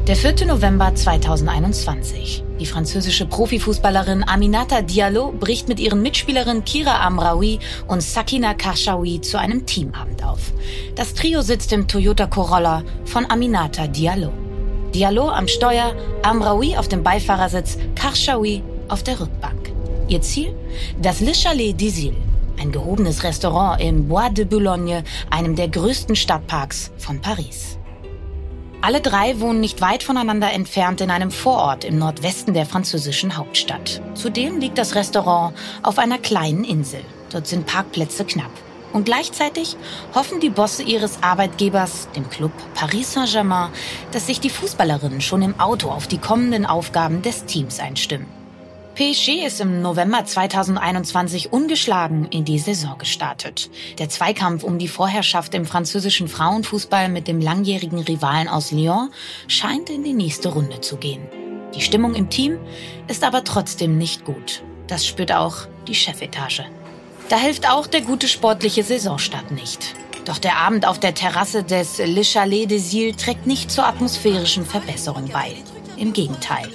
Der 4. November 2021. Die französische Profifußballerin Aminata Diallo bricht mit ihren Mitspielerinnen Kira Amraoui und Sakina Karchaoui zu einem Teamabend auf. Das Trio sitzt im Toyota Corolla von Aminata Diallo. Diallo am Steuer, Amraoui auf dem Beifahrersitz, Karchaoui auf der Rückbank. Ihr Ziel? Das Le Chalet d'Isil, ein gehobenes Restaurant im Bois de Boulogne, einem der größten Stadtparks von Paris. Alle drei wohnen nicht weit voneinander entfernt in einem Vorort im Nordwesten der französischen Hauptstadt. Zudem liegt das Restaurant auf einer kleinen Insel. Dort sind Parkplätze knapp. Und gleichzeitig hoffen die Bosse ihres Arbeitgebers, dem Club Paris Saint-Germain, dass sich die Fußballerinnen schon im Auto auf die kommenden Aufgaben des Teams einstimmen. PSG ist im November 2021 ungeschlagen in die Saison gestartet. Der Zweikampf um die Vorherrschaft im französischen Frauenfußball mit dem langjährigen Rivalen aus Lyon scheint in die nächste Runde zu gehen. Die Stimmung im Team ist aber trotzdem nicht gut. Das spürt auch die Chefetage. Da hilft auch der gute sportliche Saisonstart nicht. Doch der Abend auf der Terrasse des Le Chalet d'Isil trägt nicht zur atmosphärischen Verbesserung bei. Im Gegenteil.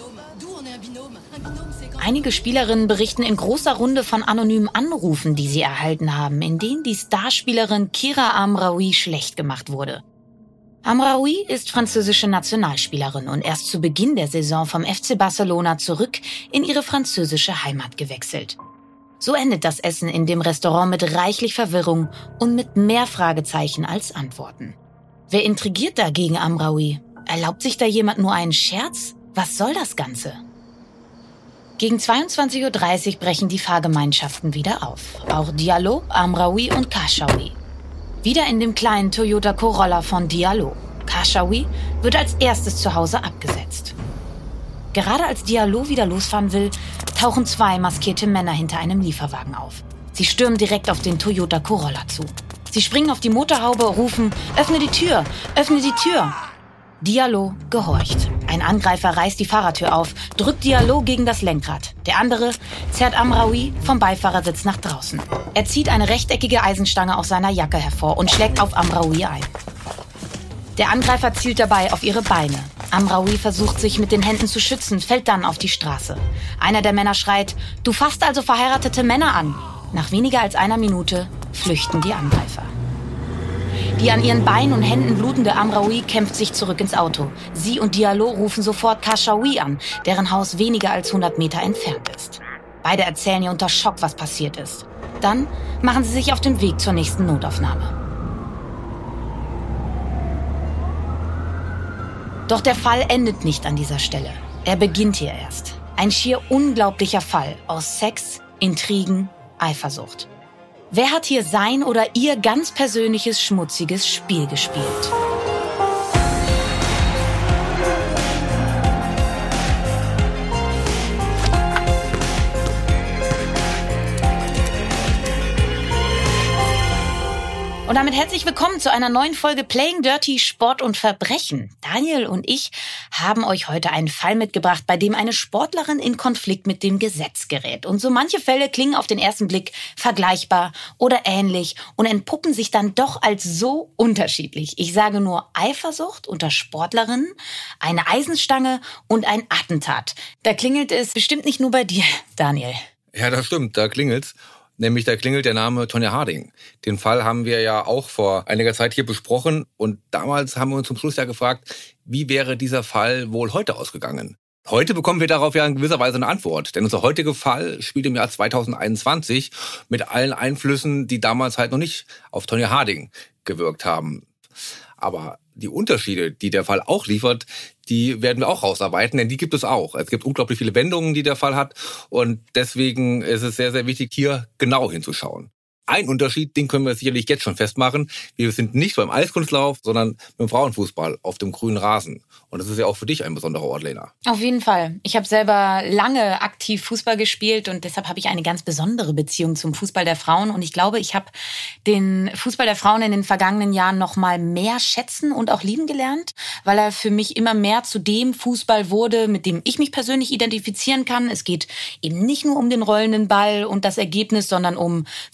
Einige Spielerinnen berichten in großer Runde von anonymen Anrufen, die sie erhalten haben, in denen die Starspielerin Kira Amraoui schlecht gemacht wurde. Amraoui ist französische Nationalspielerin und erst zu Beginn der Saison vom FC Barcelona zurück in ihre französische Heimat gewechselt. So endet das Essen in dem Restaurant mit reichlich Verwirrung und mit mehr Fragezeichen als Antworten. Wer intrigiert da gegen Amraoui? Erlaubt sich da jemand nur einen Scherz? Was soll das Ganze? Gegen 22:30 Uhr brechen die Fahrgemeinschaften wieder auf. Auch Diallo, Amraoui und Karchaoui. Wieder in dem kleinen Toyota Corolla von Diallo. Karchaoui wird als erstes zu Hause abgesetzt. Gerade als Diallo wieder losfahren will, tauchen zwei maskierte Männer hinter einem Lieferwagen auf. Sie stürmen direkt auf den Toyota Corolla zu. Sie springen auf die Motorhaube, rufen: "Öffne die Tür! Öffne die Tür!" Diallo gehorcht. Ein Angreifer reißt die Fahrertür auf, drückt Diallo gegen das Lenkrad. Der andere zerrt Amraoui vom Beifahrersitz nach draußen. Er zieht eine rechteckige Eisenstange aus seiner Jacke hervor und schlägt auf Amraoui ein. Der Angreifer zielt dabei auf ihre Beine. Amraoui versucht sich mit den Händen zu schützen, fällt dann auf die Straße. Einer der Männer schreit: "Du fasst also verheiratete Männer an!" Nach weniger als einer Minute flüchten die Angreifer. Die an ihren Beinen und Händen blutende Amraoui kämpft sich zurück ins Auto. Sie und Diallo rufen sofort Karchaoui an, deren Haus weniger als 100 Meter entfernt ist. Beide erzählen ihr unter Schock, was passiert ist. Dann machen sie sich auf den Weg zur nächsten Notaufnahme. Doch der Fall endet nicht an dieser Stelle. Er beginnt hier erst. Ein schier unglaublicher Fall aus Sex, Intrigen, Eifersucht. Wer hat hier sein oder ihr ganz persönliches schmutziges Spiel gespielt? Und damit herzlich willkommen zu einer neuen Folge Playing Dirty Sport und Verbrechen. Daniel und ich haben euch heute einen Fall mitgebracht, bei dem eine Sportlerin in Konflikt mit dem Gesetz gerät. Und so manche Fälle klingen auf den ersten Blick vergleichbar oder ähnlich und entpuppen sich dann doch als so unterschiedlich. Ich sage nur Eifersucht unter Sportlerinnen, eine Eisenstange und ein Attentat. Da klingelt es bestimmt nicht nur bei dir, Daniel. Ja, das stimmt, da klingelt's. Nämlich da klingelt der Name Tonya Harding. Den Fall haben wir ja auch vor einiger Zeit hier besprochen. Und damals haben wir uns zum Schluss ja gefragt, wie wäre dieser Fall wohl heute ausgegangen? Heute bekommen wir darauf ja in gewisser Weise eine Antwort. Denn unser heutiger Fall spielt im Jahr 2021 mit allen Einflüssen, die damals halt noch nicht auf Tonya Harding gewirkt haben. Aber die Unterschiede, die der Fall auch liefert, die werden wir auch rausarbeiten, denn die gibt es auch. Es gibt unglaublich viele Wendungen, die der Fall hat. Und deswegen ist es sehr, sehr wichtig, hier genau hinzuschauen. Ein Unterschied, den können wir sicherlich jetzt schon festmachen. Wir sind nicht beim Eiskunstlauf, sondern beim Frauenfußball auf dem grünen Rasen. Und das ist ja auch für dich ein besonderer Ort, Lena. Auf jeden Fall. Ich habe selber lange aktiv Fußball gespielt und deshalb habe ich eine ganz besondere Beziehung zum Fußball der Frauen. Und ich glaube, ich habe den Fußball der Frauen in den vergangenen Jahren noch mal mehr schätzen und auch lieben gelernt, weil er für mich immer mehr zu dem Fußball wurde, mit dem ich mich persönlich identifizieren kann. Es geht eben nicht nur um den rollenden Ball und das Ergebnis, sondern um wirklich viel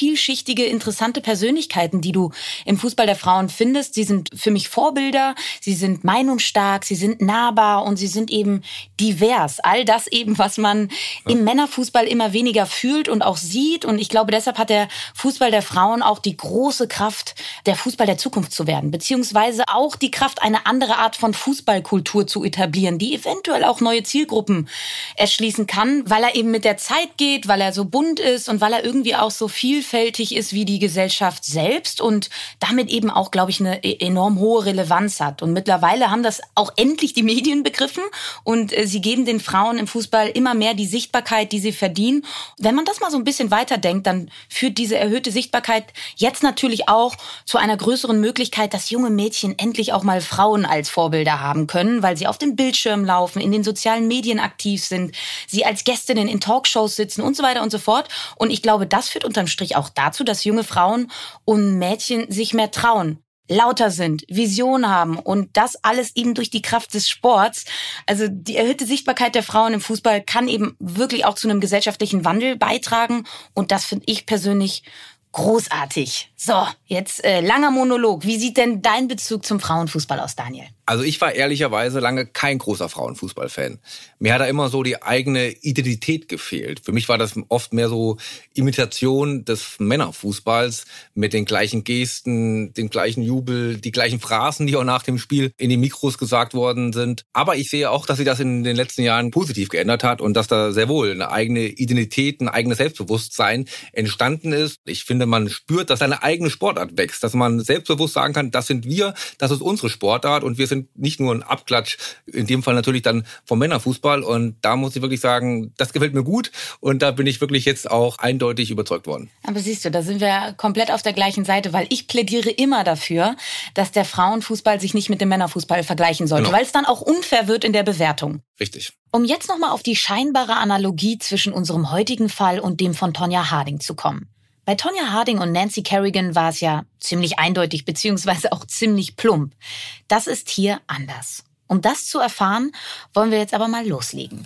vielschichtige, interessante Persönlichkeiten, die du im Fußball der Frauen findest. Sie sind für mich Vorbilder, sie sind meinungsstark, sie sind nahbar und sie sind eben divers. All das eben, was man im Männerfußball immer weniger fühlt und auch sieht. Und ich glaube, deshalb hat der Fußball der Frauen auch die große Kraft, der Fußball der Zukunft zu werden, beziehungsweise auch die Kraft, eine andere Art von Fußballkultur zu etablieren, die eventuell auch neue Zielgruppen erschließen kann, weil er eben mit der Zeit geht, weil er so bunt ist und weil er irgendwie auch so vielfältig ist wie die Gesellschaft selbst und damit eben auch, glaube ich, eine enorm hohe Relevanz hat. Und mittlerweile haben das auch endlich die Medien begriffen und sie geben den Frauen im Fußball immer mehr die Sichtbarkeit, die sie verdienen. Wenn man das mal so ein bisschen weiterdenkt, dann führt diese erhöhte Sichtbarkeit jetzt natürlich auch zu einer größeren Möglichkeit, dass junge Mädchen endlich auch mal Frauen als Vorbilder haben können, weil sie auf dem Bildschirm laufen, in den sozialen Medien aktiv sind, sie als Gästinnen in Talkshows sitzen und so weiter und so fort. Und ich glaube, das führt unterm Strich auch dazu, dass junge Frauen und Mädchen sich mehr trauen, lauter sind, Vision haben und das alles eben durch die Kraft des Sports. Also die erhöhte Sichtbarkeit der Frauen im Fußball kann eben wirklich auch zu einem gesellschaftlichen Wandel beitragen und das finde ich persönlich großartig. So, jetzt langer Monolog. Wie sieht denn dein Bezug zum Frauenfußball aus, Daniel? Also ich war ehrlicherweise lange kein großer Frauenfußballfan. Mir hat da immer so die eigene Identität gefehlt. Für mich war das oft mehr so Imitation des Männerfußballs mit den gleichen Gesten, dem gleichen Jubel, die gleichen Phrasen, die auch nach dem Spiel in den Mikros gesagt worden sind. Aber ich sehe auch, dass sich das in den letzten Jahren positiv geändert hat und dass da sehr wohl eine eigene Identität, ein eigenes Selbstbewusstsein entstanden ist. Ich finde, man spürt, dass eine eigene Sportart wächst, dass man selbstbewusst sagen kann, das sind wir, das ist unsere Sportart und wir sind nicht nur ein Abklatsch, in dem Fall natürlich dann vom Männerfußball. Und da muss ich wirklich sagen, das gefällt mir gut. Und da bin ich wirklich jetzt auch eindeutig überzeugt worden. Aber siehst du, da sind wir komplett auf der gleichen Seite, weil ich plädiere immer dafür, dass der Frauenfußball sich nicht mit dem Männerfußball vergleichen sollte, weil es dann auch unfair wird in der Bewertung. Richtig. Um jetzt nochmal auf die scheinbare Analogie zwischen unserem heutigen Fall und dem von Tonya Harding zu kommen. Bei Tonya Harding und Nancy Kerrigan war es ja ziemlich eindeutig beziehungsweise auch ziemlich plump. Das ist hier anders. Um das zu erfahren, wollen wir jetzt aber mal loslegen.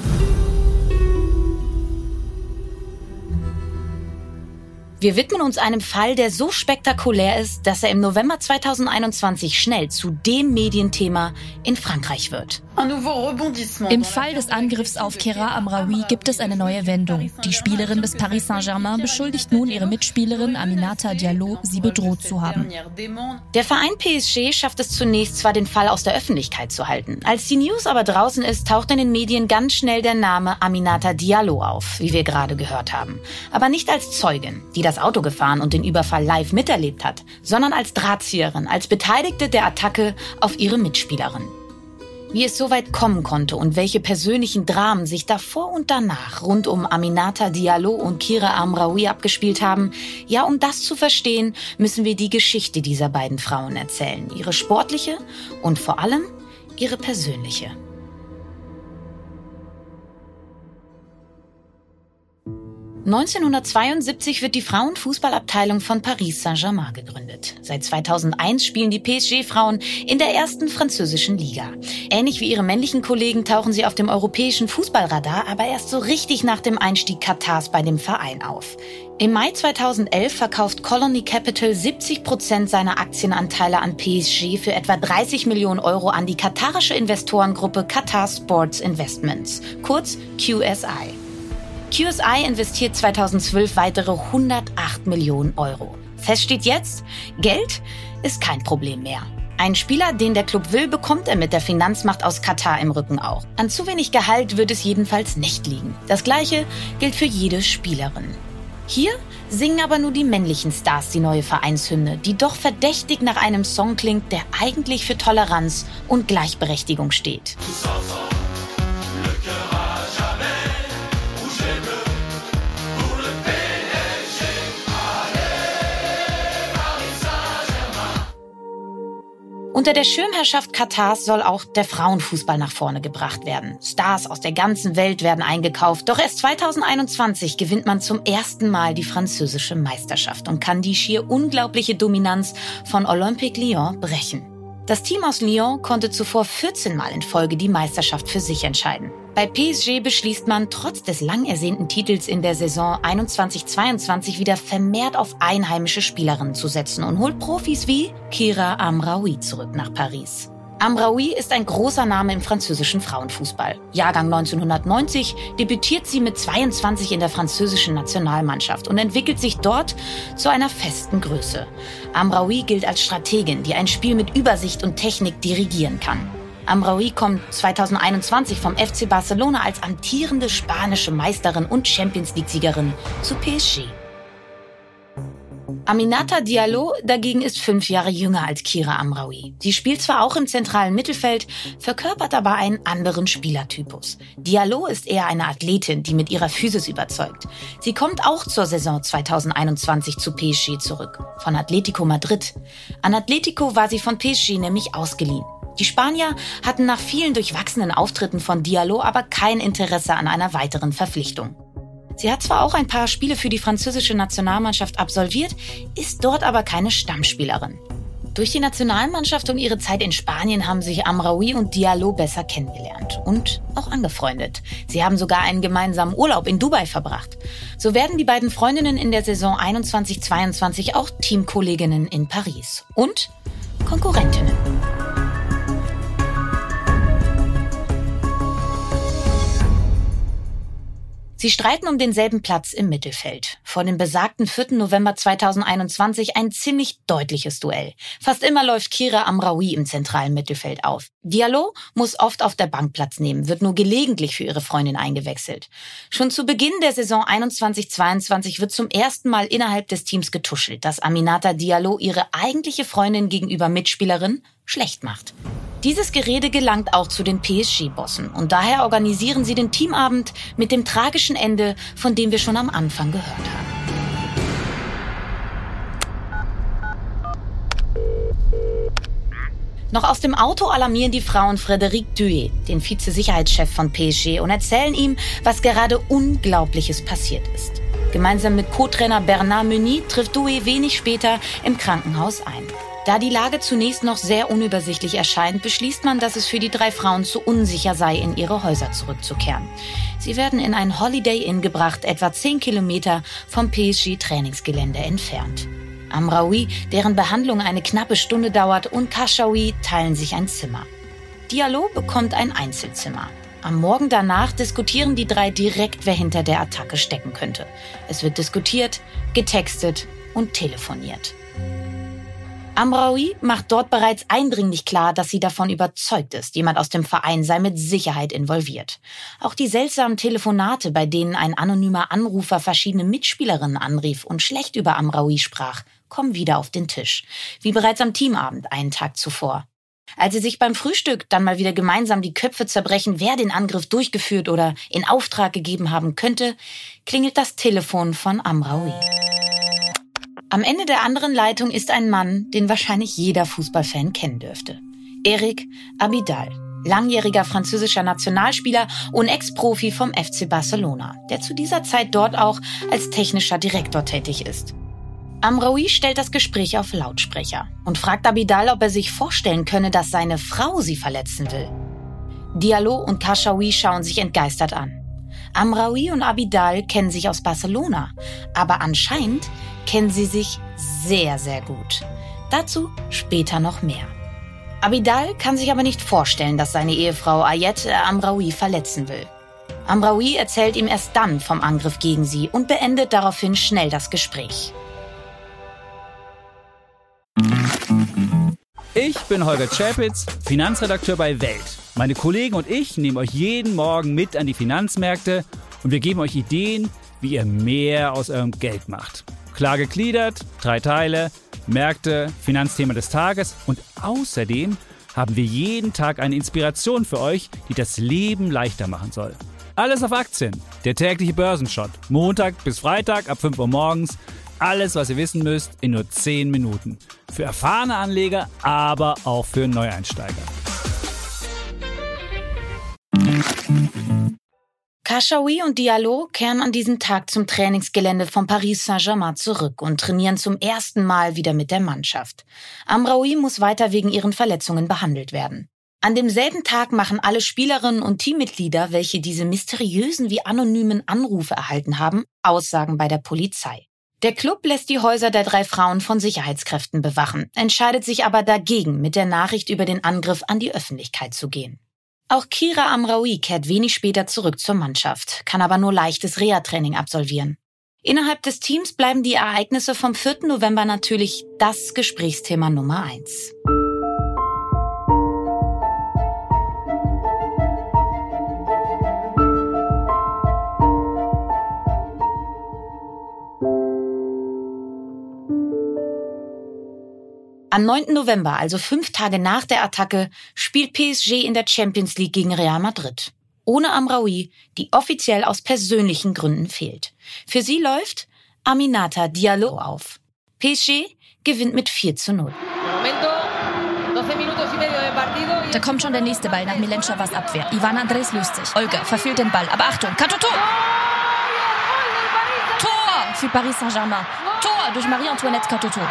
Wir widmen uns einem Fall, der so spektakulär ist, dass er im November 2021 schnell zu dem Medienthema in Frankreich wird. Im Fall des Angriffs auf Keira Amraoui gibt es eine neue Wendung. Die Spielerin des Paris Saint-Germain beschuldigt nun ihre Mitspielerin Aminata Diallo, sie bedroht zu haben. Der Verein PSG schafft es zunächst zwar, den Fall aus der Öffentlichkeit zu halten. Als die News aber draußen ist, taucht in den Medien ganz schnell der Name Aminata Diallo auf, wie wir gerade gehört haben. Aber nicht als Zeugin, die das Auto gefahren und den Überfall live miterlebt hat, sondern als Drahtzieherin, als Beteiligte der Attacke auf ihre Mitspielerin. Wie es so weit kommen konnte und welche persönlichen Dramen sich davor und danach rund um Aminata Diallo und Keira Amraoui abgespielt haben, ja, um das zu verstehen, müssen wir die Geschichte dieser beiden Frauen erzählen. Ihre sportliche und vor allem ihre persönliche. (1972) wird die Frauenfußballabteilung von Paris Saint-Germain gegründet. Seit 2001 spielen die PSG-Frauen in der ersten französischen Liga. Ähnlich wie ihre männlichen Kollegen tauchen sie auf dem europäischen Fußballradar, aber erst so richtig nach dem Einstieg Katars bei dem Verein auf. Im Mai 2011 verkauft Colony Capital 70% seiner Aktienanteile an PSG für etwa 30 Millionen Euro an die katarische Investorengruppe Qatar Sports Investments, kurz QSI. QSI investiert 2012 weitere 108 Millionen Euro. Fest steht jetzt, Geld ist kein Problem mehr. Ein Spieler, den der Club will, bekommt er mit der Finanzmacht aus Katar im Rücken auch. An zu wenig Gehalt wird es jedenfalls nicht liegen. Das Gleiche gilt für jede Spielerin. Hier singen aber nur die männlichen Stars die neue Vereinshymne, die doch verdächtig nach einem Song klingt, der eigentlich für Toleranz und Gleichberechtigung steht. Unter der Schirmherrschaft Katars soll auch der Frauenfußball nach vorne gebracht werden. Stars aus der ganzen Welt werden eingekauft. Doch erst 2021 gewinnt man zum ersten Mal die französische Meisterschaft und kann die schier unglaubliche Dominanz von Olympique Lyon brechen. Das Team aus Lyon konnte zuvor 14 Mal in Folge die Meisterschaft für sich entscheiden. Bei PSG beschließt man, trotz des lang ersehnten Titels in der Saison 21/22 wieder vermehrt auf einheimische Spielerinnen zu setzen und holt Profis wie Kira Amraoui zurück nach Paris. Amraoui ist ein großer Name im französischen Frauenfußball. Jahrgang 1990 debütiert sie mit 22 in der französischen Nationalmannschaft und entwickelt sich dort zu einer festen Größe. Amraoui gilt als Strategin, die ein Spiel mit Übersicht und Technik dirigieren kann. Amraoui kommt 2021 vom FC Barcelona als amtierende spanische Meisterin und Champions-League-Siegerin zu PSG. Aminata Diallo dagegen ist 5 Jahre jünger als Kira Amraoui. Sie spielt zwar auch im zentralen Mittelfeld, verkörpert aber einen anderen Spielertypus. Diallo ist eher eine Athletin, die mit ihrer Physis überzeugt. Sie kommt auch zur Saison 2021 zu PSG zurück, von Atletico Madrid. An Atletico war sie von PSG nämlich ausgeliehen. Die Spanier hatten nach vielen durchwachsenen Auftritten von Diallo aber kein Interesse an einer weiteren Verpflichtung. Sie hat zwar auch ein paar Spiele für die französische Nationalmannschaft absolviert, ist dort aber keine Stammspielerin. Durch die Nationalmannschaft und ihre Zeit in Spanien haben sich Amraoui und Diallo besser kennengelernt und auch angefreundet. Sie haben sogar einen gemeinsamen Urlaub in Dubai verbracht. So werden die beiden Freundinnen in der Saison 21/22 auch Teamkolleginnen in Paris und Konkurrentinnen. Sie streiten um denselben Platz im Mittelfeld. Vor dem besagten 4. November 2021 ein ziemlich deutliches Duell. Fast immer läuft Kira Amraoui im zentralen Mittelfeld auf. Diallo muss oft auf der Bank Platz nehmen, wird nur gelegentlich für ihre Freundin eingewechselt. Schon zu Beginn der Saison 21/22 wird zum ersten Mal innerhalb des Teams getuschelt, dass Aminata Diallo ihre eigentliche Freundin gegenüber Mitspielerin schlecht macht. Dieses Gerede gelangt auch zu den PSG-Bossen und daher organisieren sie den Teamabend mit dem tragischen Ende, von dem wir schon am Anfang gehört haben. Noch aus dem Auto alarmieren die Frauen Frédéric Doué, den Vize-Sicherheitschef von PSG, und erzählen ihm, was gerade Unglaubliches passiert ist. Gemeinsam mit Co-Trainer Bernard Meunier trifft Doué wenig später im Krankenhaus ein. Da die Lage zunächst noch sehr unübersichtlich erscheint, beschließt man, dass es für die 3 Frauen zu unsicher sei, in ihre Häuser zurückzukehren. Sie werden in ein Holiday Inn gebracht, etwa 10 Kilometer vom PSG-Trainingsgelände entfernt. Amraoui, deren Behandlung eine knappe Stunde dauert, und Kashaoui teilen sich ein Zimmer. Diallo bekommt ein Einzelzimmer. Am Morgen danach diskutieren die 3 direkt, wer hinter der Attacke stecken könnte. Es wird diskutiert, getextet und telefoniert. Amraoui macht dort bereits eindringlich klar, dass sie davon überzeugt ist, jemand aus dem Verein sei mit Sicherheit involviert. Auch die seltsamen Telefonate, bei denen ein anonymer Anrufer verschiedene Mitspielerinnen anrief und schlecht über Amraoui sprach, kommen wieder auf den Tisch, wie bereits am Teamabend einen Tag zuvor. Als sie sich beim Frühstück dann mal wieder gemeinsam die Köpfe zerbrechen, wer den Angriff durchgeführt oder in Auftrag gegeben haben könnte, klingelt das Telefon von Amraoui. Am Ende der anderen Leitung ist ein Mann, den wahrscheinlich jeder Fußballfan kennen dürfte. Eric Abidal, langjähriger französischer Nationalspieler und Ex-Profi vom FC Barcelona, der zu dieser Zeit dort auch als technischer Direktor tätig ist. Amraoui stellt das Gespräch auf Lautsprecher und fragt Abidal, ob er sich vorstellen könne, dass seine Frau sie verletzen will. Diallo und Kashaoui schauen sich entgeistert an. Amraoui und Abidal kennen sich aus Barcelona, aber anscheinend kennen sie sich sehr, sehr gut. Dazu später noch mehr. Abidal kann sich aber nicht vorstellen, dass seine Ehefrau Ayet Amraoui verletzen will. Amraoui erzählt ihm erst dann vom Angriff gegen sie und beendet daraufhin schnell das Gespräch. Ich bin Holger Czapitz, Finanzredakteur bei Welt. Meine Kollegen und ich nehmen euch jeden Morgen mit an die Finanzmärkte und wir geben euch Ideen, wie ihr mehr aus eurem Geld macht. Klar gegliedert, 3 Teile, Märkte, Finanzthema des Tages und außerdem haben wir jeden Tag eine Inspiration für euch, die das Leben leichter machen soll. Alles auf Aktien, der tägliche Börsenshot, Montag bis Freitag ab 5 Uhr morgens. Alles, was ihr wissen müsst, in nur 10 Minuten. Für erfahrene Anleger, aber auch für Neueinsteiger. Kashaoui und Diallo kehren an diesem Tag zum Trainingsgelände von Paris Saint-Germain zurück und trainieren zum ersten Mal wieder mit der Mannschaft. Amraoui muss weiter wegen ihren Verletzungen behandelt werden. An demselben Tag machen alle Spielerinnen und Teammitglieder, welche diese mysteriösen wie anonymen Anrufe erhalten haben, Aussagen bei der Polizei. Der Club lässt die Häuser der 3 Frauen von Sicherheitskräften bewachen, entscheidet sich aber dagegen, mit der Nachricht über den Angriff an die Öffentlichkeit zu gehen. Auch Kira Amraoui kehrt wenig später zurück zur Mannschaft, kann aber nur leichtes Reha-Training absolvieren. Innerhalb des Teams bleiben die Ereignisse vom 4. November natürlich das Gesprächsthema Nummer 1. Am 9. November, also 5 Tage nach der Attacke, spielt PSG in der Champions League gegen Real Madrid. Ohne Amraoui, die offiziell aus persönlichen Gründen fehlt. Für sie läuft Aminata Diallo auf. PSG gewinnt mit 4:0. Da kommt schon der nächste Ball nach Milenschavas Abwehr. Ivan Andres löst sich. Olga verfehlt den Ball. Aber Achtung, Katoto! Tor für Paris Saint-Germain. Tor durch Marie-Antoinette Katoto.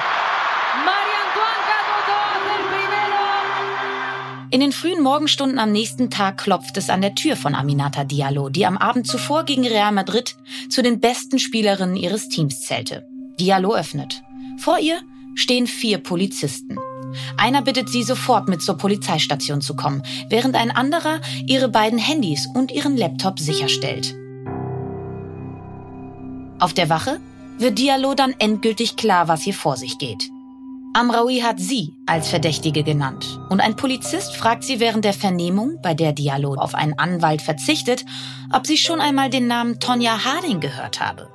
In den frühen Morgenstunden am nächsten Tag klopft es an der Tür von Aminata Diallo, die am Abend zuvor gegen Real Madrid zu den besten Spielerinnen ihres Teams zählte. Diallo öffnet. Vor ihr stehen 4 Polizisten. Einer bittet sie, sofort mit zur Polizeistation zu kommen, während ein anderer ihre beiden Handys und ihren Laptop sicherstellt. Auf der Wache wird Diallo dann endgültig klar, was hier vor sich geht. Amraoui hat sie als Verdächtige genannt. Und ein Polizist fragt sie während der Vernehmung, bei der Diallo auf einen Anwalt verzichtet, ob sie schon einmal den Namen Tonya Harding gehört habe.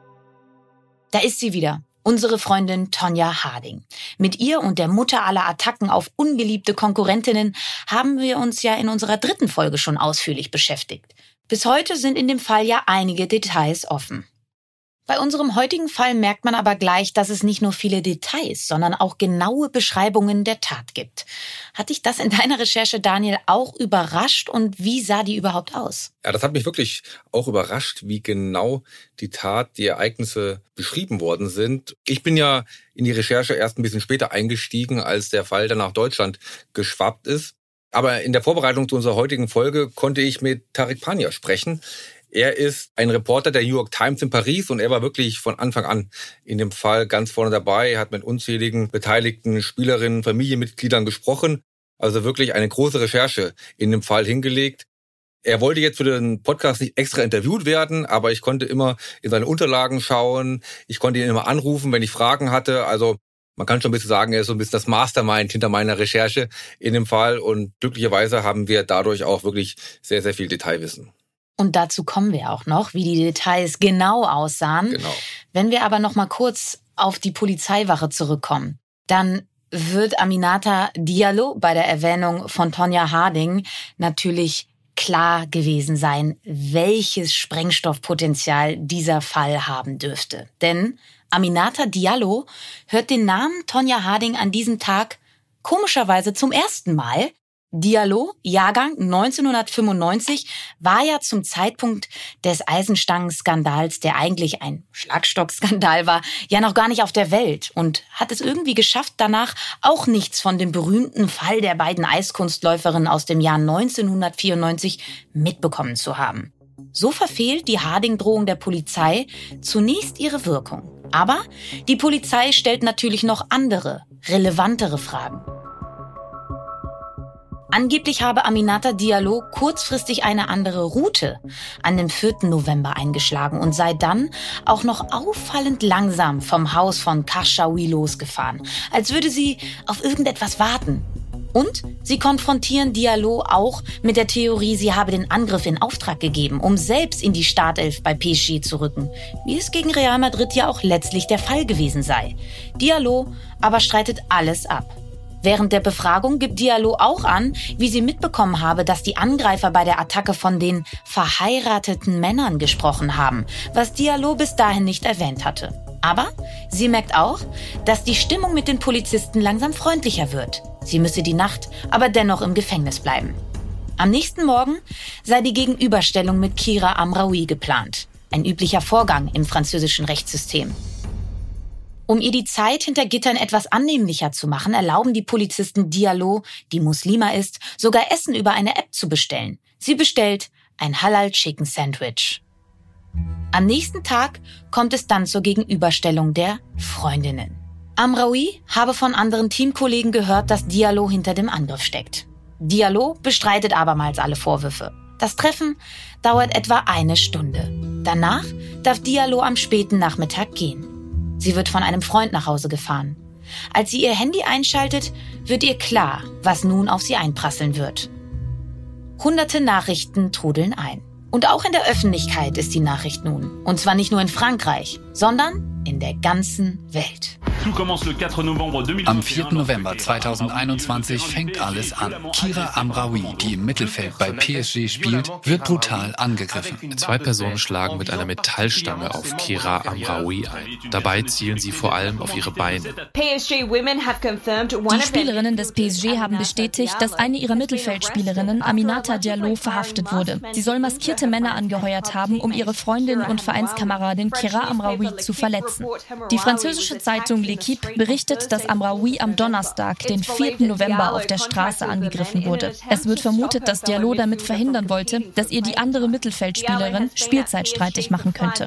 Da ist sie wieder, unsere Freundin Tonya Harding. Mit ihr und der Mutter aller Attacken auf ungeliebte Konkurrentinnen haben wir uns ja in unserer 3. Folge schon ausführlich beschäftigt. Bis heute sind in dem Fall ja einige Details offen. Bei unserem heutigen Fall merkt man aber gleich, dass es nicht nur viele Details, sondern auch genaue Beschreibungen der Tat gibt. Hat dich das in deiner Recherche, Daniel, auch überrascht und wie sah die überhaupt aus? Ja, das hat mich wirklich auch überrascht, wie genau die Tat, die Ereignisse beschrieben worden sind. Ich bin ja in die Recherche erst ein bisschen später eingestiegen, als der Fall dann nach Deutschland geschwappt ist. Aber in der Vorbereitung zu unserer heutigen Folge konnte ich mit Tariq Pania sprechen. Er ist ein Reporter der New York Times in Paris und er war wirklich von Anfang an in dem Fall ganz vorne dabei, hat mit unzähligen beteiligten Spielerinnen, Familienmitgliedern gesprochen. Also wirklich eine große Recherche in dem Fall hingelegt. Er wollte jetzt für den Podcast nicht extra interviewt werden, aber ich konnte immer in seine Unterlagen schauen. Ich konnte ihn immer anrufen, wenn ich Fragen hatte. Also man kann schon ein bisschen sagen, er ist so ein bisschen das Mastermind hinter meiner Recherche in dem Fall. Und glücklicherweise haben wir dadurch auch wirklich sehr, sehr viel Detailwissen. Und dazu kommen wir auch noch, wie die Details genau aussahen. Genau. Wenn wir aber noch mal kurz auf die Polizeiwache zurückkommen, dann wird Aminata Diallo bei der Erwähnung von Tonya Harding natürlich klar gewesen sein, welches Sprengstoffpotenzial dieser Fall haben dürfte. Denn Aminata Diallo hört den Namen Tonya Harding an diesem Tag komischerweise zum ersten Mal. Diallo, Jahrgang 1995, war ja zum Zeitpunkt des Eisenstangen-Skandals, der eigentlich ein Schlagstockskandal war, ja noch gar nicht auf der Welt und hat es irgendwie geschafft, danach auch nichts von dem berühmten Fall der beiden Eiskunstläuferinnen aus dem Jahr 1994 mitbekommen zu haben. So verfehlt die Harding-Drohung der Polizei zunächst ihre Wirkung. Aber die Polizei stellt natürlich noch andere, relevantere Fragen. Angeblich habe Aminata Diallo kurzfristig eine andere Route an dem 4. November eingeschlagen und sei dann auch noch auffallend langsam vom Haus von Karchaoui losgefahren, als würde sie auf irgendetwas warten. Und sie konfrontieren Diallo auch mit der Theorie, sie habe den Angriff in Auftrag gegeben, um selbst in die Startelf bei PSG zu rücken, wie es gegen Real Madrid ja auch letztlich der Fall gewesen sei. Diallo aber streitet alles ab. Während der Befragung gibt Diallo auch an, wie sie mitbekommen habe, dass die Angreifer bei der Attacke von den verheirateten Männern gesprochen haben, was Diallo bis dahin nicht erwähnt hatte. Aber sie merkt auch, dass die Stimmung mit den Polizisten langsam freundlicher wird. Sie müsse die Nacht aber dennoch im Gefängnis bleiben. Am nächsten Morgen sei die Gegenüberstellung mit Kira Amraoui geplant. Ein üblicher Vorgang im französischen Rechtssystem. Um ihr die Zeit hinter Gittern etwas annehmlicher zu machen, erlauben die Polizisten Diallo, die Muslima ist, sogar Essen über eine App zu bestellen. Sie bestellt ein Halal Chicken Sandwich. Am nächsten Tag kommt es dann zur Gegenüberstellung der Freundinnen. Amraoui habe von anderen Teamkollegen gehört, dass Diallo hinter dem Angriff steckt. Diallo bestreitet abermals alle Vorwürfe. Das Treffen dauert etwa 1 Stunde. Danach darf Diallo am späten Nachmittag gehen. Sie wird von einem Freund nach Hause gefahren. Als sie ihr Handy einschaltet, wird ihr klar, was nun auf sie einprasseln wird. Hunderte Nachrichten trudeln ein. Und auch in der Öffentlichkeit ist die Nachricht nun. Und zwar nicht nur in Frankreich, sondern in der ganzen Welt. Am 4. November 2021 fängt alles an. Kira Amraoui, die im Mittelfeld bei PSG spielt, wird brutal angegriffen. 2 Personen schlagen mit einer Metallstange auf Kira Amraoui ein. Dabei zielen sie vor allem auf ihre Beine. Die Spielerinnen des PSG haben bestätigt, dass eine ihrer Mittelfeldspielerinnen, Aminata Diallo, verhaftet wurde. Sie soll maskierte Männer angeheuert haben, um ihre Freundin und Vereinskameradin Kira Amraoui zu verletzen. Die französische Zeitung L'Équipe berichtet, dass Amraoui am Donnerstag, den 4. November, auf der Straße angegriffen wurde. Es wird vermutet, dass Diallo damit verhindern wollte, dass ihr die andere Mittelfeldspielerin Spielzeit streitig machen könnte.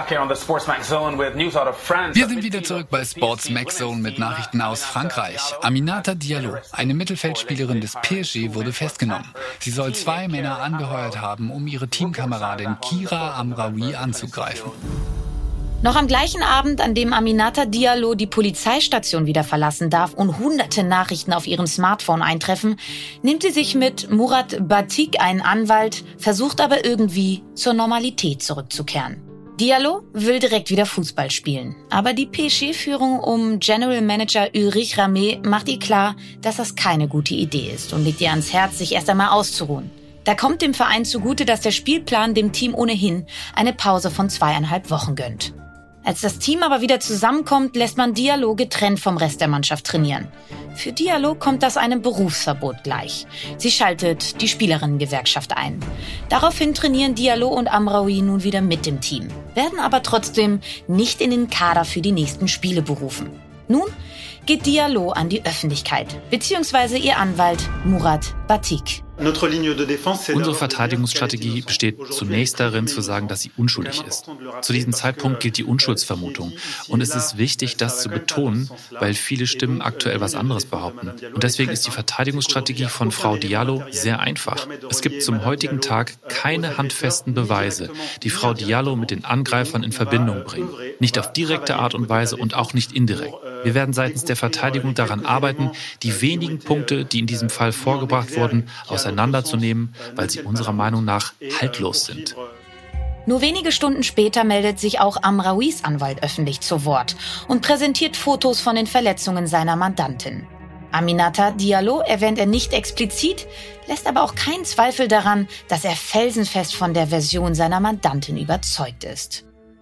Wir sind wieder zurück bei Sports Max Zone mit Nachrichten aus Frankreich. Aminata Diallo, eine Mittelfeldspielerin des PSG, wurde festgenommen. Sie soll 2 Männer angeheuert haben, um ihre Teamkameradin Kira Amraoui anzugreifen. Noch am gleichen Abend, an dem Aminata Diallo die Polizeistation wieder verlassen darf und hunderte Nachrichten auf ihrem Smartphone eintreffen, nimmt sie sich mit Murat Batik, einen Anwalt, versucht aber irgendwie zur Normalität zurückzukehren. Diallo will direkt wieder Fußball spielen. Aber die PSG-Führung um General Manager Ulrich Ramé macht ihr klar, dass das keine gute Idee ist und legt ihr ans Herz, sich erst einmal auszuruhen. Da kommt dem Verein zugute, dass der Spielplan dem Team ohnehin eine Pause von 2,5 Wochen gönnt. Als das Team aber wieder zusammenkommt, lässt man Diallo getrennt vom Rest der Mannschaft trainieren. Für Diallo kommt das einem Berufsverbot gleich. Sie schaltet die Spielerinnengewerkschaft ein. Daraufhin trainieren Diallo und Amraoui nun wieder mit dem Team, werden aber trotzdem nicht in den Kader für die nächsten Spiele berufen. Nun geht Diallo an die Öffentlichkeit, beziehungsweise ihr Anwalt Murat Batik. Unsere Verteidigungsstrategie besteht zunächst darin, zu sagen, dass sie unschuldig ist. Zu diesem Zeitpunkt gilt die Unschuldsvermutung. Und es ist wichtig, das zu betonen, weil viele Stimmen aktuell was anderes behaupten. Und deswegen ist die Verteidigungsstrategie von Frau Diallo sehr einfach. Es gibt zum heutigen Tag keine handfesten Beweise, die Frau Diallo mit den Angreifern in Verbindung bringen. Nicht auf direkte Art und Weise und auch nicht indirekt. Wir werden seitens der Verteidigung daran arbeiten, die wenigen Punkte, die in diesem Fall vorgebracht wurden, auseinanderzunehmen, weil sie unserer Meinung nach haltlos sind. Nur wenige Stunden später meldet sich auch Amraouis Anwalt öffentlich zu Wort und präsentiert Fotos von den Verletzungen seiner Mandantin. Aminata Diallo erwähnt er nicht explizit, lässt aber auch keinen Zweifel daran, dass er felsenfest von der Version seiner Mandantin überzeugt ist.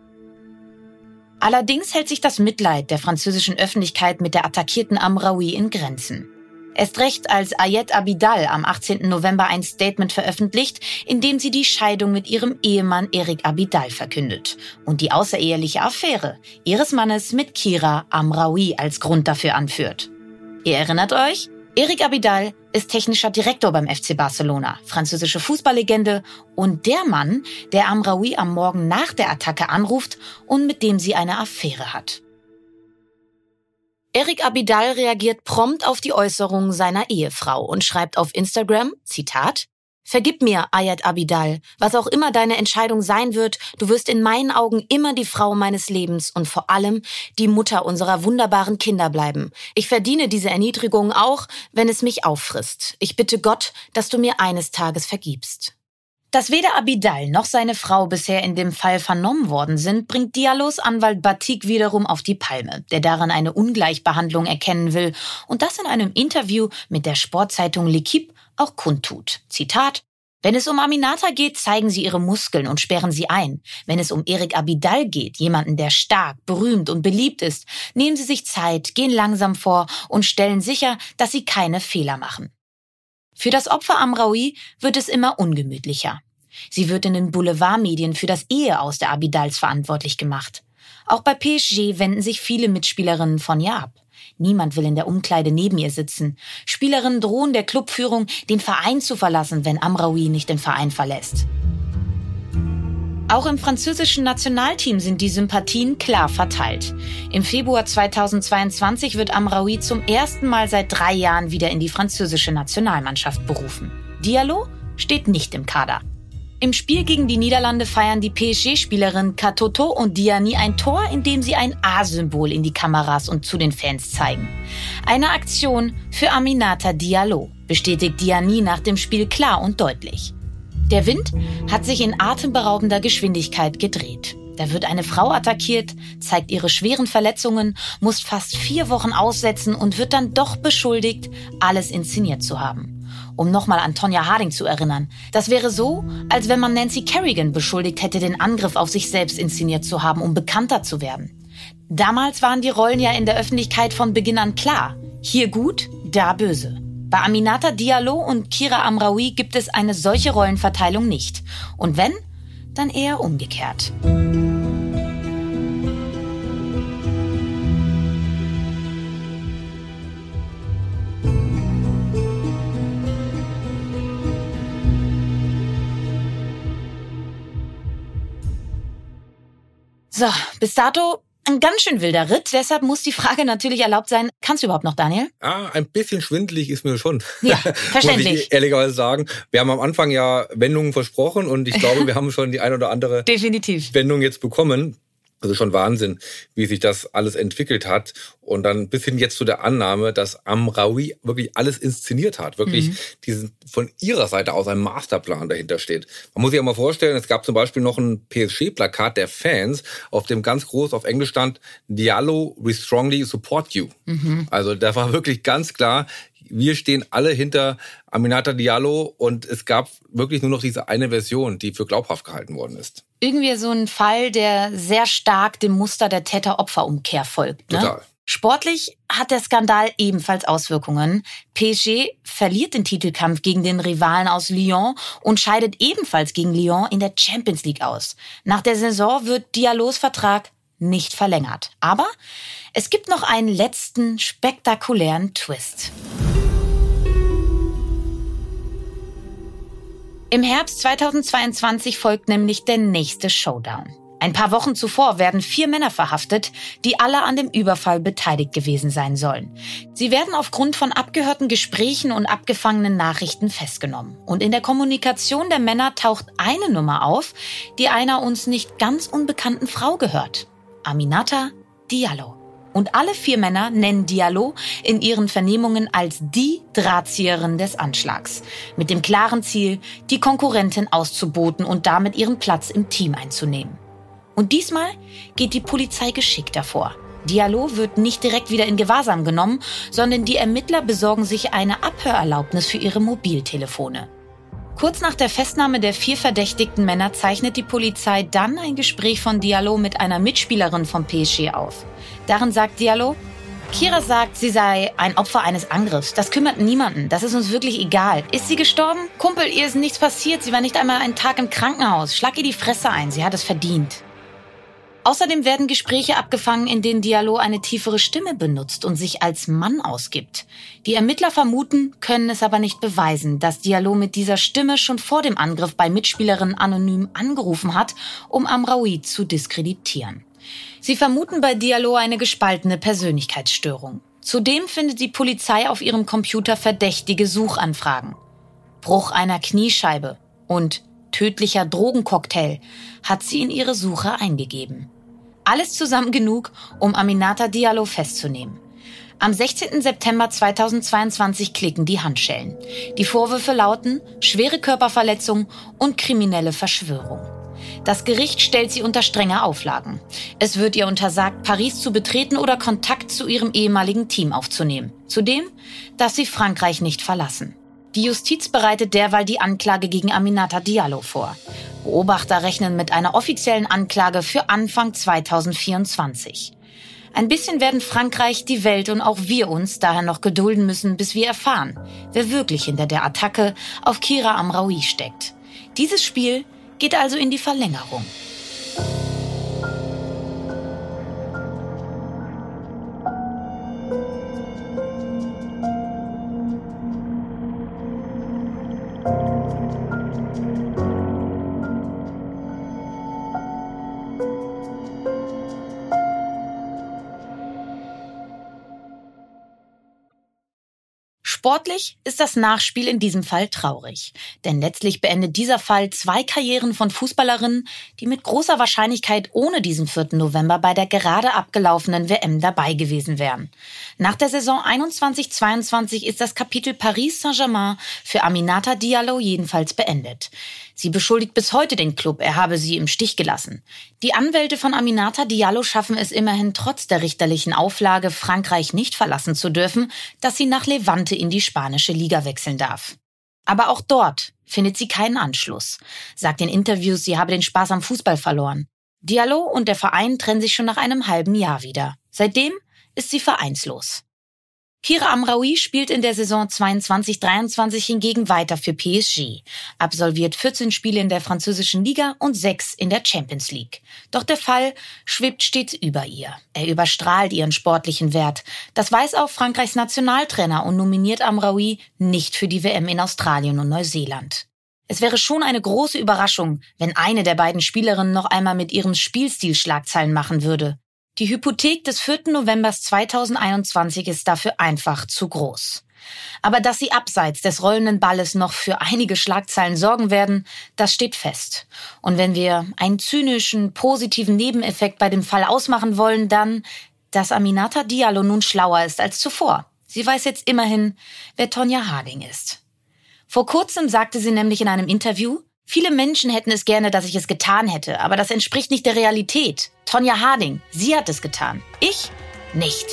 Allerdings hält sich das Mitleid der französischen Öffentlichkeit mit der attackierten Amraoui in Grenzen. Erst recht, als Ayed Abidal am 18. November ein Statement veröffentlicht, in dem sie die Scheidung mit ihrem Ehemann Eric Abidal verkündet und die außereheliche Affäre ihres Mannes mit Kira Amraoui als Grund dafür anführt. Ihr erinnert euch? Eric Abidal ist technischer Direktor beim FC Barcelona, französische Fußballlegende und der Mann, der Amraoui am Morgen nach der Attacke anruft und mit dem sie eine Affäre hat. Eric Abidal reagiert prompt auf die Äußerungen seiner Ehefrau und schreibt auf Instagram, Zitat, „Vergib mir, Ayed Abidal, was auch immer deine Entscheidung sein wird, du wirst in meinen Augen immer die Frau meines Lebens und vor allem die Mutter unserer wunderbaren Kinder bleiben. Ich verdiene diese Erniedrigung auch, wenn es mich auffrisst. Ich bitte Gott, dass du mir eines Tages vergibst." Dass weder Abidal noch seine Frau bisher in dem Fall vernommen worden sind, bringt Diallos Anwalt Batik wiederum auf die Palme, der daran eine Ungleichbehandlung erkennen will und das in einem Interview mit der Sportzeitung L'Équipe auch kundtut. Zitat: „Wenn es um Aminata geht, zeigen sie ihre Muskeln und sperren sie ein. Wenn es um Eric Abidal geht, jemanden, der stark, berühmt und beliebt ist, nehmen sie sich Zeit, gehen langsam vor und stellen sicher, dass sie keine Fehler machen." Für das Opfer Amraoui wird es immer ungemütlicher. Sie wird in den Boulevardmedien für das Eheaus der Abidals verantwortlich gemacht. Auch bei PSG wenden sich viele Mitspielerinnen von ihr ab. Niemand will in der Umkleide neben ihr sitzen. Spielerinnen drohen der Clubführung, den Verein zu verlassen, wenn Amraoui nicht den Verein verlässt. Auch im französischen Nationalteam sind die Sympathien klar verteilt. Im Februar 2022 wird Amraoui zum ersten Mal seit 3 Jahren wieder in die französische Nationalmannschaft berufen. Diallo steht nicht im Kader. Im Spiel gegen die Niederlande feiern die PSG-Spielerinnen Katoto und Diani ein Tor, in dem sie ein A-Symbol in die Kameras und zu den Fans zeigen. Eine Aktion für Aminata Diallo, bestätigt Diani nach dem Spiel klar und deutlich. Der Wind hat sich in atemberaubender Geschwindigkeit gedreht. Da wird eine Frau attackiert, zeigt ihre schweren Verletzungen, muss fast 4 Wochen aussetzen und wird dann doch beschuldigt, alles inszeniert zu haben. Um nochmal an Tonya Harding zu erinnern, das wäre so, als wenn man Nancy Kerrigan beschuldigt hätte, den Angriff auf sich selbst inszeniert zu haben, um bekannter zu werden. Damals waren die Rollen ja in der Öffentlichkeit von Beginn an klar. Hier gut, da böse. Bei Aminata Diallo und Kira Amraoui gibt es eine solche Rollenverteilung nicht. Und wenn, dann eher umgekehrt. So, bis dato ein ganz schön wilder Ritt, deshalb muss die Frage natürlich erlaubt sein, kannst du überhaupt noch, Daniel? Ein bisschen schwindelig ist mir schon. Ja, verständlich. Muss ich ehrlicherweise sagen. Wir haben am Anfang ja Wendungen versprochen und ich glaube, wir haben schon die ein oder andere Wendung jetzt bekommen. Also schon Wahnsinn, wie sich das alles entwickelt hat. Und dann bis hin jetzt zu der Annahme, dass Amraoui wirklich alles inszeniert hat. Wirklich von ihrer Seite aus ein Masterplan dahinter steht. Man muss sich ja mal vorstellen, es gab zum Beispiel noch ein PSG-Plakat der Fans, auf dem ganz groß auf Englisch stand, Diallo, we strongly support you. Also da war wirklich ganz klar, wir stehen alle hinter Aminata Diallo und es gab wirklich nur noch diese eine Version, die für glaubhaft gehalten worden ist. Irgendwie so ein Fall, der sehr stark dem Muster der Täter-Opfer-Umkehr folgt. Ne? Total. Sportlich hat der Skandal ebenfalls Auswirkungen. PSG verliert den Titelkampf gegen den Rivalen aus Lyon und scheidet ebenfalls gegen Lyon in der Champions League aus. Nach der Saison wird Diallos Vertrag nicht verlängert. Aber es gibt noch einen letzten spektakulären Twist. Im Herbst 2022 folgt nämlich der nächste Showdown. Ein paar Wochen zuvor werden 4 Männer verhaftet, die alle an dem Überfall beteiligt gewesen sein sollen. Sie werden aufgrund von abgehörten Gesprächen und abgefangenen Nachrichten festgenommen. Und in der Kommunikation der Männer taucht eine Nummer auf, die einer uns nicht ganz unbekannten Frau gehört. Aminata Diallo. Und alle 4 Männer nennen Diallo in ihren Vernehmungen als die Drahtzieherin des Anschlags. Mit dem klaren Ziel, die Konkurrentin auszuboten und damit ihren Platz im Team einzunehmen. Und diesmal geht die Polizei geschickter vor. Diallo wird nicht direkt wieder in Gewahrsam genommen, sondern die Ermittler besorgen sich eine Abhörerlaubnis für ihre Mobiltelefone. Kurz nach der Festnahme der 4 verdächtigten Männer zeichnet die Polizei dann ein Gespräch von Diallo mit einer Mitspielerin vom PSG auf. Darin sagt Diallo, Kira sagt, sie sei ein Opfer eines Angriffs. Das kümmert niemanden. Das ist uns wirklich egal. Ist sie gestorben? Kumpel, ihr ist nichts passiert. Sie war nicht einmal einen Tag im Krankenhaus. Schlag ihr die Fresse ein. Sie hat es verdient. Außerdem werden Gespräche abgefangen, in denen Diallo eine tiefere Stimme benutzt und sich als Mann ausgibt. Die Ermittler vermuten, können es aber nicht beweisen, dass Diallo mit dieser Stimme schon vor dem Angriff bei Mitspielerinnen anonym angerufen hat, um Amraoui zu diskreditieren. Sie vermuten bei Diallo eine gespaltene Persönlichkeitsstörung. Zudem findet die Polizei auf ihrem Computer verdächtige Suchanfragen. Bruch einer Kniescheibe und tödlicher Drogencocktail hat sie in ihre Suche eingegeben. Alles zusammen genug, um Aminata Diallo festzunehmen. Am 16. September 2022 klicken die Handschellen. Die Vorwürfe lauten schwere Körperverletzung und kriminelle Verschwörung. Das Gericht stellt sie unter strenge Auflagen. Es wird ihr untersagt, Paris zu betreten oder Kontakt zu ihrem ehemaligen Team aufzunehmen. Zudem darf sie Frankreich nicht verlassen. Die Justiz bereitet derweil die Anklage gegen Aminata Diallo vor. Beobachter rechnen mit einer offiziellen Anklage für Anfang 2024. Ein bisschen werden Frankreich, die Welt und auch wir uns daher noch gedulden müssen, bis wir erfahren, wer wirklich hinter der Attacke auf Kira Amraoui steckt. Dieses Spiel geht also in die Verlängerung. Sportlich ist das Nachspiel in diesem Fall traurig. Denn letztlich beendet dieser Fall 2 Karrieren von Fußballerinnen, die mit großer Wahrscheinlichkeit ohne diesen 4. November bei der gerade abgelaufenen WM dabei gewesen wären. Nach der Saison 21/22 ist das Kapitel Paris Saint-Germain für Aminata Diallo jedenfalls beendet. Sie beschuldigt bis heute den Klub, er habe sie im Stich gelassen. Die Anwälte von Aminata Diallo schaffen es immerhin trotz der richterlichen Auflage, Frankreich nicht verlassen zu dürfen, dass sie nach Levante in die spanische Liga wechseln darf. Aber auch dort findet sie keinen Anschluss. Sagt in Interviews, sie habe den Spaß am Fußball verloren. Diallo und der Verein trennen sich schon nach einem halben Jahr wieder. Seitdem ist sie vereinslos. Kira Amraoui spielt in der Saison 22/23 hingegen weiter für PSG, absolviert 14 Spiele in der französischen Liga und 6 in der Champions League. Doch der Fall schwebt stets über ihr. Er überstrahlt ihren sportlichen Wert. Das weiß auch Frankreichs Nationaltrainer und nominiert Amraoui nicht für die WM in Australien und Neuseeland. Es wäre schon eine große Überraschung, wenn eine der beiden Spielerinnen noch einmal mit ihrem Spielstil Schlagzeilen machen würde. Die Hypothek des 4. November 2021 ist dafür einfach zu groß. Aber dass sie abseits des rollenden Balles noch für einige Schlagzeilen sorgen werden, das steht fest. Und wenn wir einen zynischen, positiven Nebeneffekt bei dem Fall ausmachen wollen, dann, dass Aminata Diallo nun schlauer ist als zuvor. Sie weiß jetzt immerhin, wer Tonya Harding ist. Vor kurzem sagte sie nämlich in einem Interview: Viele Menschen hätten es gerne, dass ich es getan hätte, aber das entspricht nicht der Realität. Tonya Harding, sie hat es getan. Ich nicht.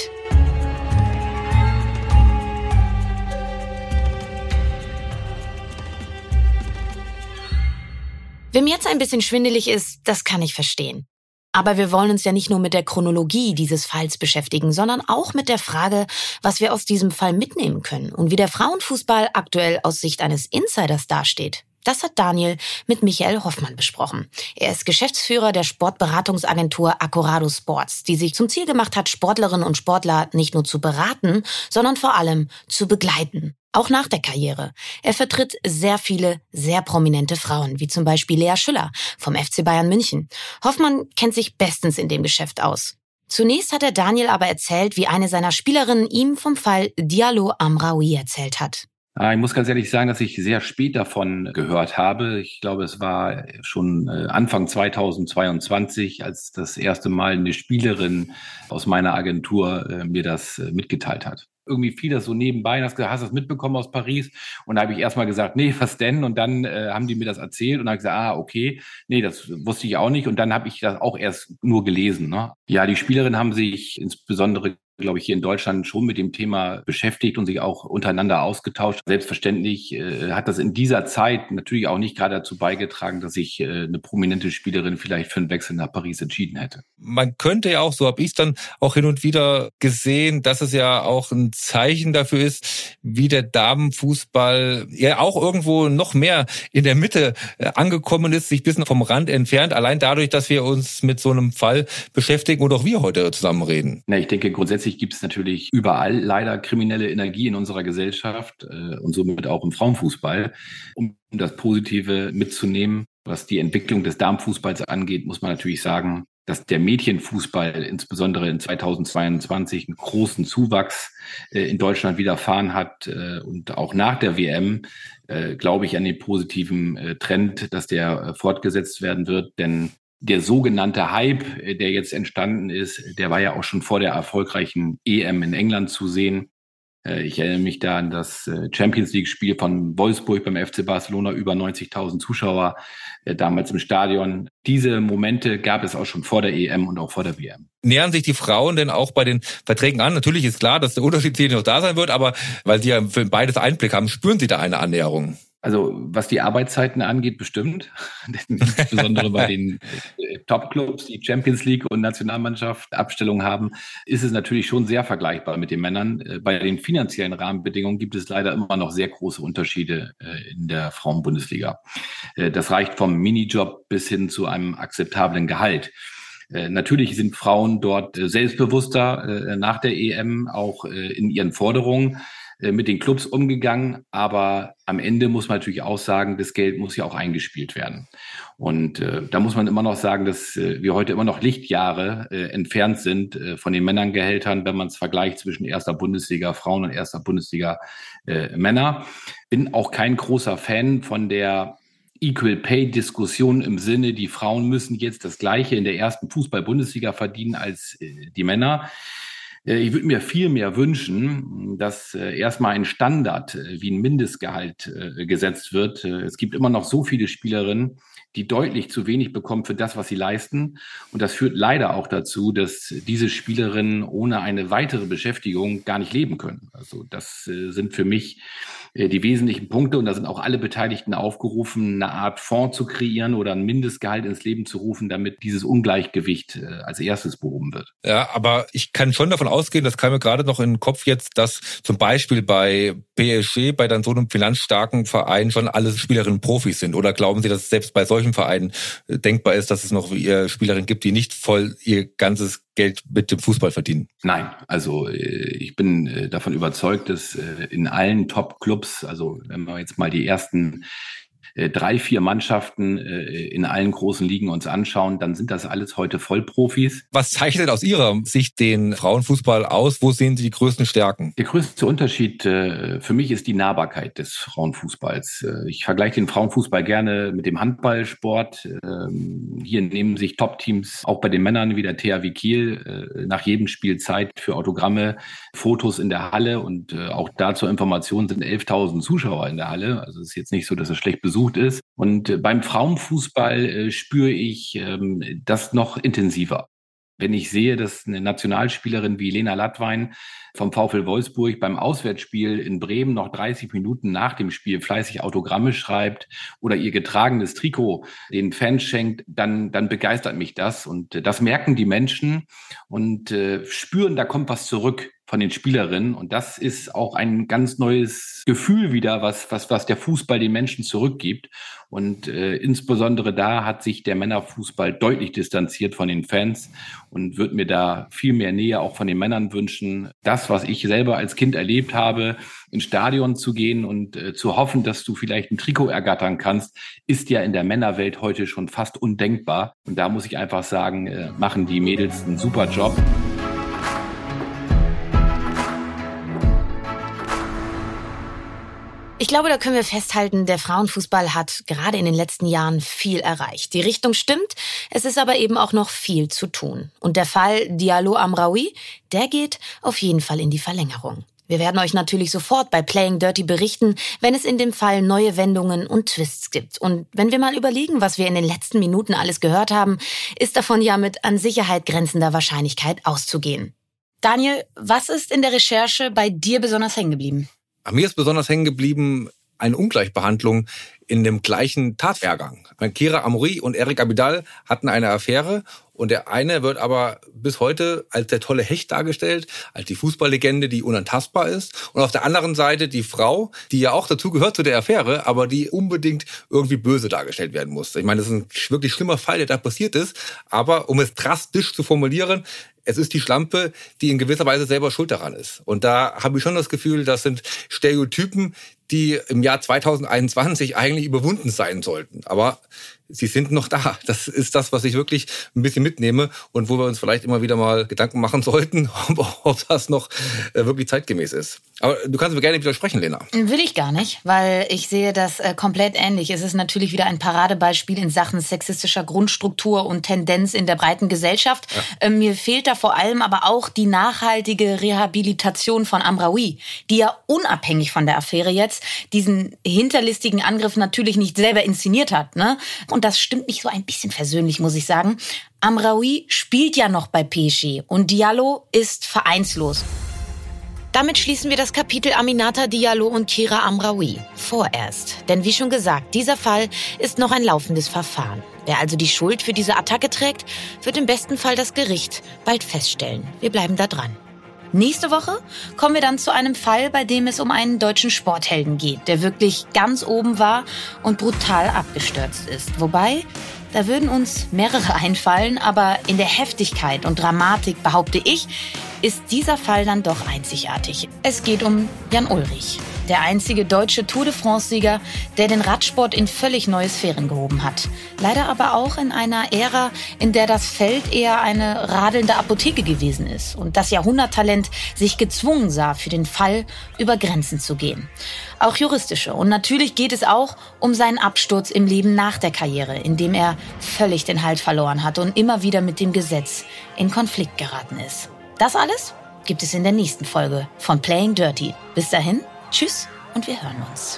Wem jetzt ein bisschen schwindelig ist, das kann ich verstehen. Aber wir wollen uns ja nicht nur mit der Chronologie dieses Falls beschäftigen, sondern auch mit der Frage, was wir aus diesem Fall mitnehmen können und wie der Frauenfußball aktuell aus Sicht eines Insiders dasteht. Das hat Daniel mit Michael Hoffmann besprochen. Er ist Geschäftsführer der Sportberatungsagentur Accorado Sports, die sich zum Ziel gemacht hat, Sportlerinnen und Sportler nicht nur zu beraten, sondern vor allem zu begleiten. Auch nach der Karriere. Er vertritt sehr viele, sehr prominente Frauen, wie zum Beispiel Lea Schüller vom FC Bayern München. Hoffmann kennt sich bestens in dem Geschäft aus. Zunächst hat er Daniel aber erzählt, wie eine seiner Spielerinnen ihm vom Fall Diallo Amraoui erzählt hat. Ich muss ganz ehrlich sagen, dass ich sehr spät davon gehört habe. Ich glaube, es war schon Anfang 2022, als das erste Mal eine Spielerin aus meiner Agentur mir das mitgeteilt hat. Irgendwie fiel das so nebenbei und hast gesagt, hast du das mitbekommen aus Paris? Und da habe ich erstmal gesagt, nee, was denn? Und dann haben die mir das erzählt und habe gesagt, okay, nee, das wusste ich auch nicht. Und dann habe ich das auch erst nur gelesen. Ne? Ja, die Spielerinnen haben sich insbesondere, glaube ich, hier in Deutschland schon mit dem Thema beschäftigt und sich auch untereinander ausgetauscht. Selbstverständlich hat das in dieser Zeit natürlich auch nicht gerade dazu beigetragen, dass sich eine prominente Spielerin vielleicht für einen Wechsel nach Paris entschieden hätte. Man könnte ja auch, so habe ich es dann auch hin und wieder gesehen, dass es ja auch ein Zeichen dafür ist, wie der Damenfußball ja auch irgendwo noch mehr in der Mitte angekommen ist, sich ein bisschen vom Rand entfernt, allein dadurch, dass wir uns mit so einem Fall beschäftigen und auch wir heute zusammen reden. Ich denke, grundsätzlich gibt es natürlich überall leider kriminelle Energie in unserer Gesellschaft und somit auch im Frauenfußball. Um das Positive mitzunehmen, was die Entwicklung des Damenfußballs angeht, muss man natürlich sagen, dass der Mädchenfußball insbesondere in 2022 einen großen Zuwachs in Deutschland widerfahren hat und auch nach der WM glaube ich an den positiven Trend, dass der fortgesetzt werden wird, denn der sogenannte Hype, der jetzt entstanden ist, der war ja auch schon vor der erfolgreichen EM in England zu sehen. Ich erinnere mich da an das Champions-League-Spiel von Wolfsburg beim FC Barcelona, über 90.000 Zuschauer damals im Stadion. Diese Momente gab es auch schon vor der EM und auch vor der WM. Nähern sich die Frauen denn auch bei den Verträgen an? Natürlich ist klar, dass der Unterschied hier noch da sein wird, aber weil sie ja für beides Einblick haben, spüren sie da eine Annäherung? Also was die Arbeitszeiten angeht, bestimmt. Insbesondere bei den Top-Clubs, die Champions League und Nationalmannschaft Abstellung haben, ist es natürlich schon sehr vergleichbar mit den Männern. Bei den finanziellen Rahmenbedingungen gibt es leider immer noch sehr große Unterschiede in der Frauenbundesliga. Das reicht vom Minijob bis hin zu einem akzeptablen Gehalt. Natürlich sind Frauen dort selbstbewusster nach der EM, auch in ihren Forderungen mit den Clubs umgegangen. Aber am Ende muss man natürlich auch sagen, das Geld muss ja auch eingespielt werden. Und da muss man immer noch sagen, dass wir heute immer noch Lichtjahre entfernt sind von den Männern-Gehältern, wenn man es vergleicht zwischen erster Bundesliga Frauen und erster Bundesliga Männer. Bin auch kein großer Fan von der Equal Pay Diskussion im Sinne, die Frauen müssen jetzt das Gleiche in der ersten Fußball-Bundesliga verdienen als die Männer. Ich würde mir viel mehr wünschen, dass erstmal ein Standard wie ein Mindestgehalt gesetzt wird. Es gibt immer noch so viele Spielerinnen, die deutlich zu wenig bekommen für das, was sie leisten. Und das führt leider auch dazu, dass diese Spielerinnen ohne eine weitere Beschäftigung gar nicht leben können. Also das sind für mich die wesentlichen Punkte. Und da sind auch alle Beteiligten aufgerufen, eine Art Fonds zu kreieren oder ein Mindestgehalt ins Leben zu rufen, damit dieses Ungleichgewicht als erstes behoben wird. Ja, aber ich kann schon davon ausgehen, das kam mir gerade noch in den Kopf jetzt, dass zum Beispiel bei PSG, bei dann so einem finanzstarken Verein schon alle Spielerinnen Profis sind. Oder glauben Sie, dass es selbst bei solchen Vereinen denkbar ist, dass es noch Spielerinnen gibt, die nicht voll ihr ganzes Geld mit dem Fußball verdienen? Nein, also ich bin davon überzeugt, dass in allen Top-Clubs, also wenn wir jetzt mal die ersten 3-4 Mannschaften in allen großen Ligen uns anschauen, dann sind das alles heute Vollprofis. Was zeichnet aus Ihrer Sicht den Frauenfußball aus? Wo sehen Sie die größten Stärken? Der größte Unterschied für mich ist die Nahbarkeit des Frauenfußballs. Ich vergleiche den Frauenfußball gerne mit dem Handballsport. Hier nehmen sich Top-Teams auch bei den Männern wie der THW Kiel nach jedem Spiel Zeit für Autogramme, Fotos in der Halle und auch da zur Information sind 11.000 Zuschauer in der Halle. Also es ist jetzt nicht so, dass es schlecht besucht ist. Und beim Frauenfußball spüre ich das noch intensiver. Wenn ich sehe, dass eine Nationalspielerin wie Lena Lattwein vom VfL Wolfsburg beim Auswärtsspiel in Bremen noch 30 Minuten nach dem Spiel fleißig Autogramme schreibt oder ihr getragenes Trikot den Fans schenkt, dann begeistert mich das. Und das merken die Menschen und spüren, da kommt was zurück von den Spielerinnen. Und das ist auch ein ganz neues Gefühl wieder, was der Fußball den Menschen zurückgibt. Und insbesondere da hat sich der Männerfußball deutlich distanziert von den Fans und würde mir da viel mehr Nähe auch von den Männern wünschen. Das, was ich selber als Kind erlebt habe, ins Stadion zu gehen und zu hoffen, dass du vielleicht ein Trikot ergattern kannst, ist ja in der Männerwelt heute schon fast undenkbar. Und da muss ich einfach sagen, machen die Mädels einen super Job. Ich glaube, da können wir festhalten, der Frauenfußball hat gerade in den letzten Jahren viel erreicht. Die Richtung stimmt, es ist aber eben auch noch viel zu tun. Und der Fall Diallo Amraoui, der geht auf jeden Fall in die Verlängerung. Wir werden euch natürlich sofort bei Playing Dirty berichten, wenn es in dem Fall neue Wendungen und Twists gibt. Und wenn wir mal überlegen, was wir in den letzten Minuten alles gehört haben, ist davon ja mit an Sicherheit grenzender Wahrscheinlichkeit auszugehen. Daniel, was ist in der Recherche bei dir besonders hängen geblieben? Mir ist besonders hängen geblieben eine Ungleichbehandlung in dem gleichen Tathergang. Kira Amraoui und Eric Abidal hatten eine Affäre und der eine wird aber bis heute als der tolle Hecht dargestellt, als die Fußballlegende, die unantastbar ist. Und auf der anderen Seite die Frau, die ja auch dazu gehört zu der Affäre, aber die unbedingt irgendwie böse dargestellt werden muss. Ich meine, das ist ein wirklich schlimmer Fall, der da passiert ist. Aber um es drastisch zu formulieren, es ist die Schlampe, die in gewisser Weise selber schuld daran ist. Und da habe ich schon das Gefühl, das sind Stereotypen, die im Jahr 2021 eigentlich überwunden sein sollten. Aber sie sind noch da. Das ist das, was ich wirklich ein bisschen mitnehme und wo wir uns vielleicht immer wieder mal Gedanken machen sollten, ob das noch wirklich zeitgemäß ist. Aber du kannst mir gerne widersprechen, Lena. Will ich gar nicht, weil ich sehe das komplett ähnlich. Es ist natürlich wieder ein Paradebeispiel in Sachen sexistischer Grundstruktur und Tendenz in der breiten Gesellschaft. Ja. Mir fehlt da vor allem aber auch die nachhaltige Rehabilitation von Amraoui, die ja unabhängig von der Affäre jetzt diesen hinterlistigen Angriff natürlich nicht selber inszeniert hat, ne? Und das stimmt mich so ein bisschen versöhnlich, muss ich sagen. Amraoui spielt ja noch bei PSG und Diallo ist vereinslos. Damit schließen wir das Kapitel Aminata Diallo und Kira Amraoui. Vorerst. Denn wie schon gesagt, dieser Fall ist noch ein laufendes Verfahren. Wer also die Schuld für diese Attacke trägt, wird im besten Fall das Gericht bald feststellen. Wir bleiben da dran. Nächste Woche kommen wir dann zu einem Fall, bei dem es um einen deutschen Sporthelden geht, der wirklich ganz oben war und brutal abgestürzt ist. Wobei, Da würden uns mehrere einfallen, aber in der Heftigkeit und Dramatik, behaupte ich, ist dieser Fall dann doch einzigartig. Es geht um Jan Ullrich, der einzige deutsche Tour de France-Sieger, der den Radsport in völlig neue Sphären gehoben hat. Leider aber auch in einer Ära, in der das Feld eher eine radelnde Apotheke gewesen ist und das Jahrhunderttalent sich gezwungen sah, für den Fall über Grenzen zu gehen. Auch juristische. Und natürlich geht es auch um seinen Absturz im Leben nach der Karriere, in dem er völlig den Halt verloren hat und immer wieder mit dem Gesetz in Konflikt geraten ist. Das alles gibt es in der nächsten Folge von Playing Dirty. Bis dahin, tschüss und wir hören uns.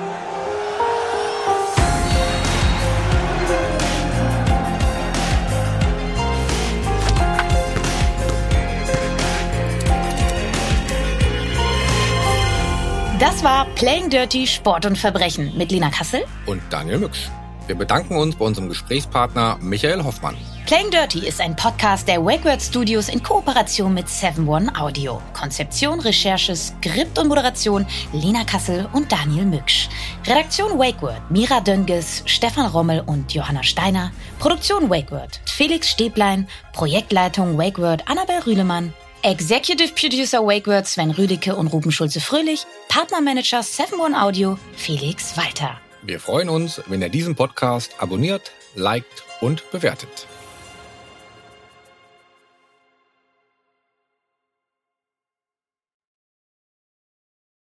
Das war Playing Dirty Sport und Verbrechen mit Lena Kassel und Daniel Mücksch. Wir bedanken uns bei unserem Gesprächspartner Michael Hoffmann. Playing Dirty ist ein Podcast der WakeWord Studios in Kooperation mit 7-One Audio. Konzeption, Recherche, Skript und Moderation Lena Kassel und Daniel Mücksch. Redaktion WakeWord Mira Dönges, Stefan Rommel und Johanna Steiner. Produktion WakeWord Felix Stäblein. Projektleitung WakeWord Annabel Rühlemann. Executive Producer WakeWord Sven Rüdicke und Ruben Schulze-Fröhlich. Partnermanager 7-One Audio Felix Walter. Wir freuen uns, wenn ihr diesen Podcast abonniert, liked und bewertet.